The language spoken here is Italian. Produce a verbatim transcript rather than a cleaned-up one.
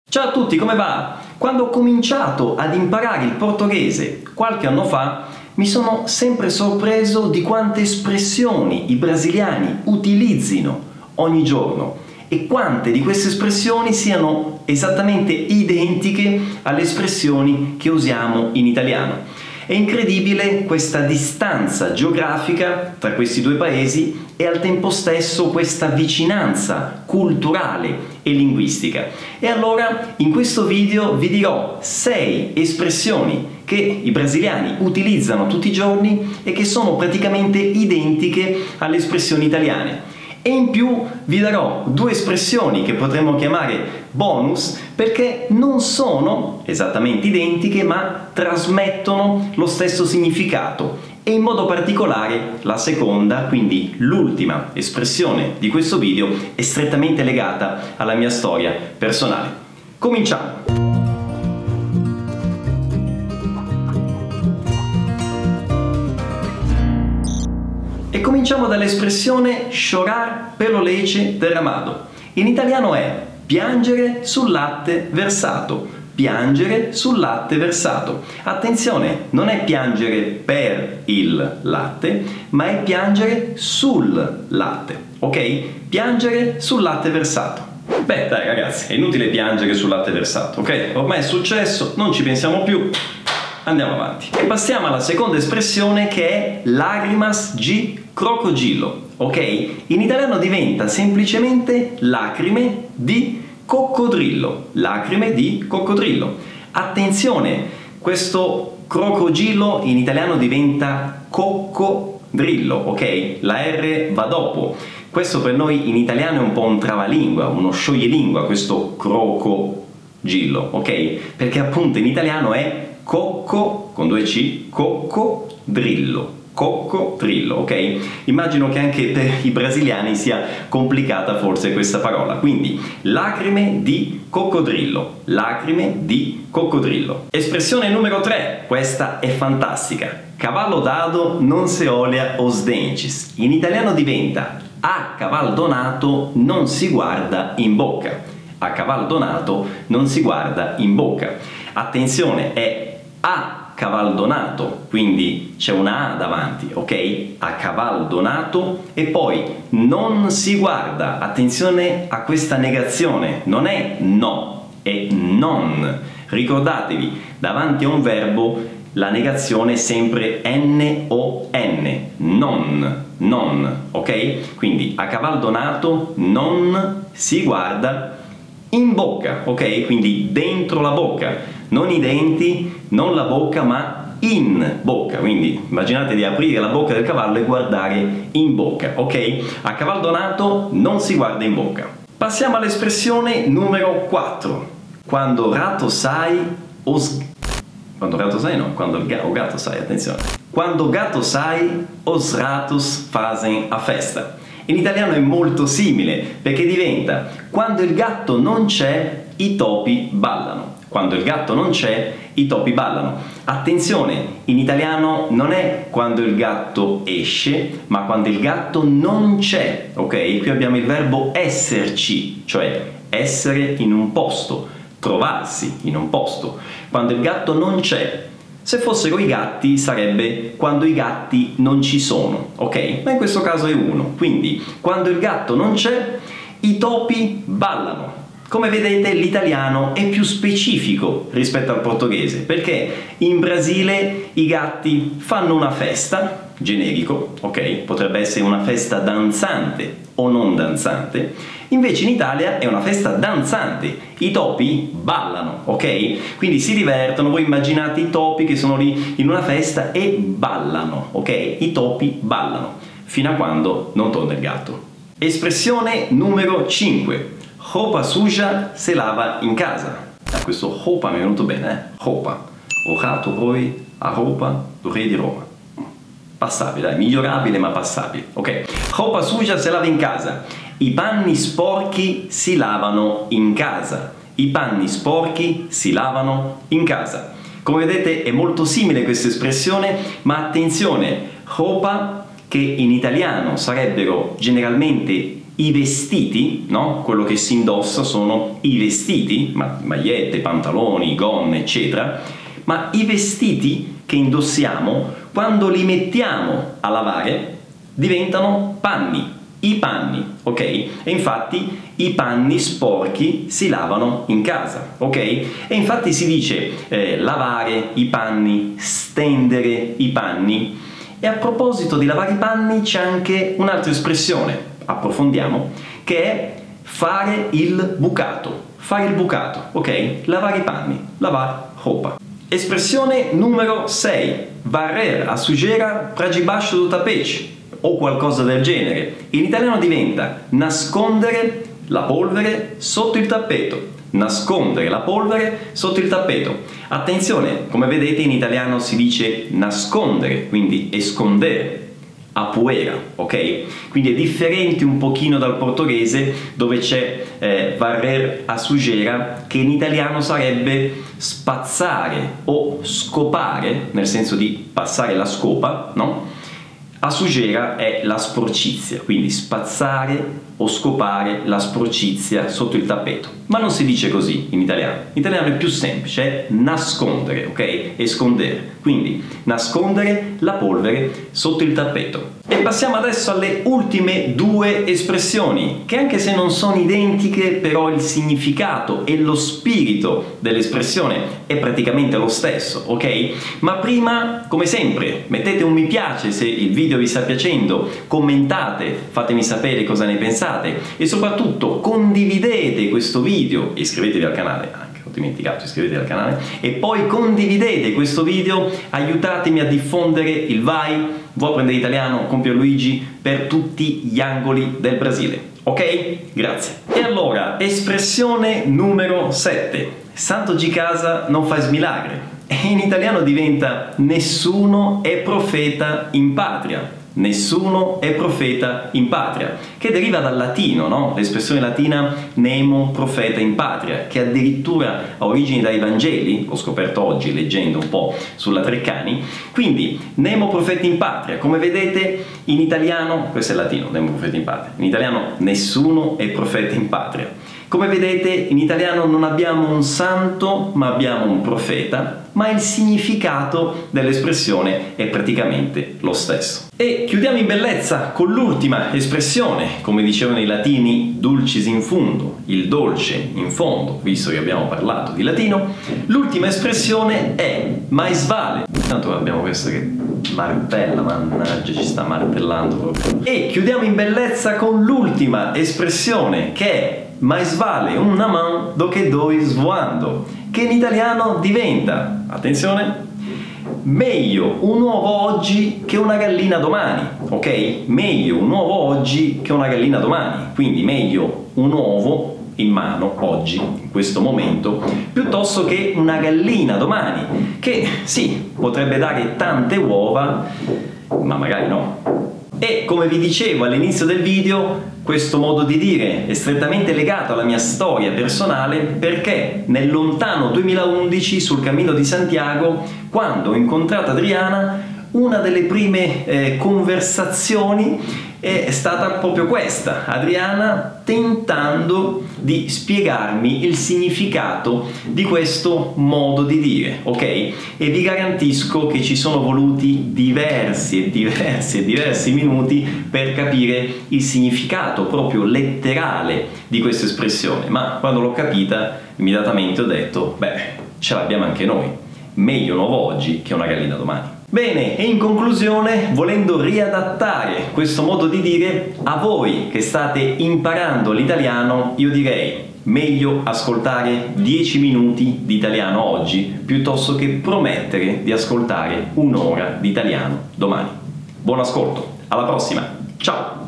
Ciao a tutti, come va? Quando ho cominciato ad imparare il portoghese qualche anno fa, mi sono sempre sorpreso di quante espressioni i brasiliani utilizzino ogni giorno e quante di queste espressioni siano esattamente identiche alle espressioni che usiamo in italiano. È incredibile questa distanza geografica tra questi due paesi e al tempo stesso questa vicinanza culturale e linguistica. E allora in questo video vi dirò sei espressioni che i brasiliani utilizzano tutti i giorni e che sono praticamente identiche alle espressioni italiane. E in più vi darò due espressioni che potremmo chiamare bonus perché non sono esattamente identiche ma trasmettono lo stesso significato e in modo particolare la seconda, quindi l'ultima espressione di questo video è strettamente legata alla mia storia personale. Cominciamo! E cominciamo dall'espressione chorar pelo leite derramado. In italiano è piangere sul latte versato. Piangere sul latte versato. Attenzione, non è piangere per il latte, ma è piangere sul latte, ok? Piangere sul latte versato. Beh, dai ragazzi, è inutile piangere sul latte versato, ok? Ormai è successo, non ci pensiamo più. Andiamo avanti. E passiamo alla seconda espressione che è lágrimas de crocodilo, ok? In italiano diventa semplicemente lacrime di coccodrillo. Lacrime di coccodrillo. Attenzione, questo crocodilo in italiano diventa coccodrillo, ok? La R va dopo. Questo per noi in italiano è un po' un travalingua, uno scioglilingua, questo crocodilo, ok? Perché appunto in italiano è cocco, con due C, coccodrillo, coccodrillo, ok? Immagino che anche per i brasiliani sia complicata forse questa parola, quindi lacrime di coccodrillo, lacrime di coccodrillo. Espressione numero tre, questa è fantastica. Cavallo dado non se olha os dentes. In italiano diventa a caval donato non si guarda in bocca. A caval donato non si guarda in bocca. Attenzione, è a caval donato, quindi c'è una A davanti, ok? A caval donato e poi non si guarda. Attenzione a questa negazione, non è no, è non. Ricordatevi, davanti a un verbo la negazione è sempre N O N, non, non, ok? Quindi a caval donato non si guarda in bocca, ok? Quindi dentro la bocca. Non i denti, non la bocca, ma in bocca. Quindi immaginate di aprire la bocca del cavallo e guardare in bocca, ok? A caval donato non si guarda in bocca. Passiamo all'espressione numero quattro. Quando ratto sai, os... Quando gatto sai no, quando il ga... o gatto sai, attenzione. Quando gatto sai, os ratos fazem a festa. In italiano è molto simile perché diventa quando il gatto non c'è, i topi ballano. Quando il gatto non c'è, i topi ballano. Attenzione, in italiano non è quando il gatto esce, ma quando il gatto non c'è, ok? Qui abbiamo il verbo esserci, cioè essere in un posto, trovarsi in un posto. Quando il gatto non c'è. Se fossero i gatti sarebbe quando i gatti non ci sono, ok? Ma in questo caso è uno. Quindi, quando il gatto non c'è, i topi ballano. Come vedete l'italiano è più specifico rispetto al portoghese perché in Brasile i gatti fanno una festa, generico, ok? Potrebbe essere una festa danzante o non danzante, invece in Italia è una festa danzante, i topi ballano, ok? Quindi si divertono, voi immaginate i topi che sono lì in una festa e ballano, ok? I topi ballano, fino a quando non torna il gatto. Espressione numero cinque. Roupa suja se lava in casa. Ah, questo roupa mi è venuto bene, eh? Roupa. O rato roi a roupa do re di Roma. Passabile, dai, migliorabile ma passabile. Ok. Roupa suja se lava in casa. I panni sporchi si lavano in casa. I panni sporchi si lavano in casa. Come vedete è molto simile questa espressione, ma attenzione, roupa che in italiano sarebbero generalmente i vestiti, no? Quello che si indossa sono i vestiti, ma- magliette, pantaloni, gonne, eccetera, ma i vestiti che indossiamo, quando li mettiamo a lavare, diventano panni, i panni, ok? E infatti i panni sporchi si lavano in casa, ok? E infatti si dice eh, lavare i panni, stendere i panni. E a proposito di lavare i panni c'è anche un'altra espressione, approfondiamo, che è fare il bucato. Fare il bucato, ok? Lavare i panni, lavare roupa. Espressione numero sei, varrer a sujeira pra debaixo do tapete, o qualcosa del genere. In italiano diventa nascondere la polvere sotto il tappeto. Nascondere la polvere sotto il tappeto. Attenzione, come vedete in italiano si dice nascondere, quindi escondere, a poeira, ok? Quindi è differente un pochino dal portoghese, dove c'è eh, varrer a sujeira, che in italiano sarebbe spazzare o scopare, nel senso di passare la scopa, no? A sujeira è la sporcizia, quindi spazzare o scopare la sporcizia sotto il tappeto. Ma non si dice così in italiano. In italiano è più semplice, è nascondere, ok? Escondere. Quindi nascondere la polvere sotto il tappeto. E passiamo adesso alle ultime due espressioni, che anche se non sono identiche, però il significato e lo spirito dell'espressione è praticamente lo stesso, ok? Ma prima, come sempre, mettete un mi piace se il video vi sta piacendo, commentate, fatemi sapere cosa ne pensate e soprattutto condividete questo video e iscrivetevi al canale anche, ho dimenticato, iscrivetevi al canale e poi condividete questo video, aiutatemi a diffondere il V A I, Vuoi apprendere italiano con Pierluigi, per tutti gli angoli del Brasile, ok? Grazie. E allora, espressione numero sette, santo de casa non faz milagre, e in italiano diventa nessuno è profeta in patria. Nessuno è profeta in patria, che deriva dal latino, no? L'espressione latina nemo profeta in patria, che addirittura ha origini dai Vangeli, l'ho scoperto oggi leggendo un po' sulla Treccani. Quindi nemo profeta in patria, come vedete in italiano, questo è il latino, nemo profeta in patria, in italiano nessuno è profeta in patria. Come vedete in italiano non abbiamo un santo ma abbiamo un profeta, ma il significato dell'espressione è praticamente lo stesso. E chiudiamo in bellezza con l'ultima espressione, come dicevano i latini, dulcis in fundo, il dolce in fondo, visto che abbiamo parlato di latino. L'ultima espressione è mais vale. Tanto abbiamo questo che martella, mannaggia, ci sta martellando proprio. E chiudiamo in bellezza con l'ultima espressione, che è mais vale una mão do que dois voando, che in italiano diventa, attenzione, meglio un uovo oggi che una gallina domani, ok? Meglio un uovo oggi che una gallina domani, quindi meglio un uovo in mano oggi, in questo momento, piuttosto che una gallina domani, che sì, potrebbe dare tante uova, ma magari no. E come vi dicevo all'inizio del video, questo modo di dire è strettamente legato alla mia storia personale, perché nel lontano duemilaundici sul Cammino di Santiago, quando ho incontrato Adriana, una delle prime eh, conversazioni è stata proprio questa, Adriana tentando di spiegarmi il significato di questo modo di dire, ok? E vi garantisco che ci sono voluti diversi e diversi e diversi minuti per capire il significato proprio letterale di questa espressione, ma quando l'ho capita immediatamente ho detto, beh, ce l'abbiamo anche noi, meglio un uovo oggi che una gallina domani. Bene, e in conclusione, volendo riadattare questo modo di dire a voi che state imparando l'italiano, io direi meglio ascoltare dieci minuti di italiano oggi piuttosto che promettere di ascoltare un'ora di italiano domani. Buon ascolto, alla prossima, ciao!